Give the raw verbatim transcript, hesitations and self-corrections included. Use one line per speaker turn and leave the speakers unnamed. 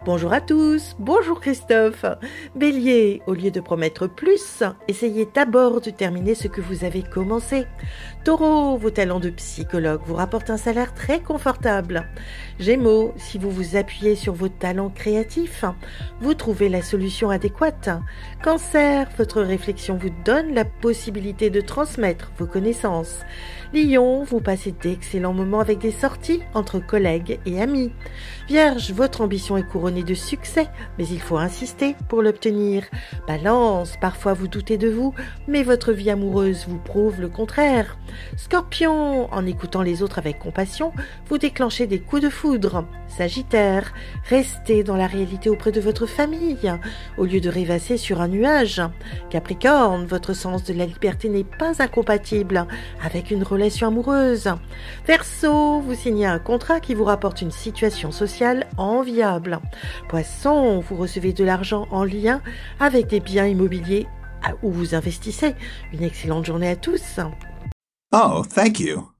Bonjour à tous, bonjour Christophe. Bélier, au lieu de promettre plus, essayez d'abord de terminer ce que vous avez commencé. Taureau, vos talents de psychologue vous rapportent un salaire très confortable. Gémeaux, si vous vous appuyez sur vos talents créatifs, vous trouvez la solution adéquate. Cancer, votre réflexion vous donne la possibilité de transmettre vos connaissances. Lion, vous passez d'excellents moments avec des sorties entre collègues et amis. Vierge, votre ambition est couronnée de succès, mais il faut insister pour l'obtenir. Balance, parfois vous doutez de vous, mais votre vie amoureuse vous prouve le contraire. Scorpion, en écoutant les autres avec compassion, vous déclenchez des coups de foudre. Sagittaire, restez dans la réalité auprès de votre famille, au lieu de rêvasser sur un nuage. Capricorne, votre sens de la liberté n'est pas incompatible avec une relation amoureuse. Verseau, vous signez un contrat qui vous rapporte une situation sociale enviable. Poisson, vous recevez de l'argent en lien avec des biens immobiliers où vous investissez. Une excellente journée à tous.
Oh, thank you.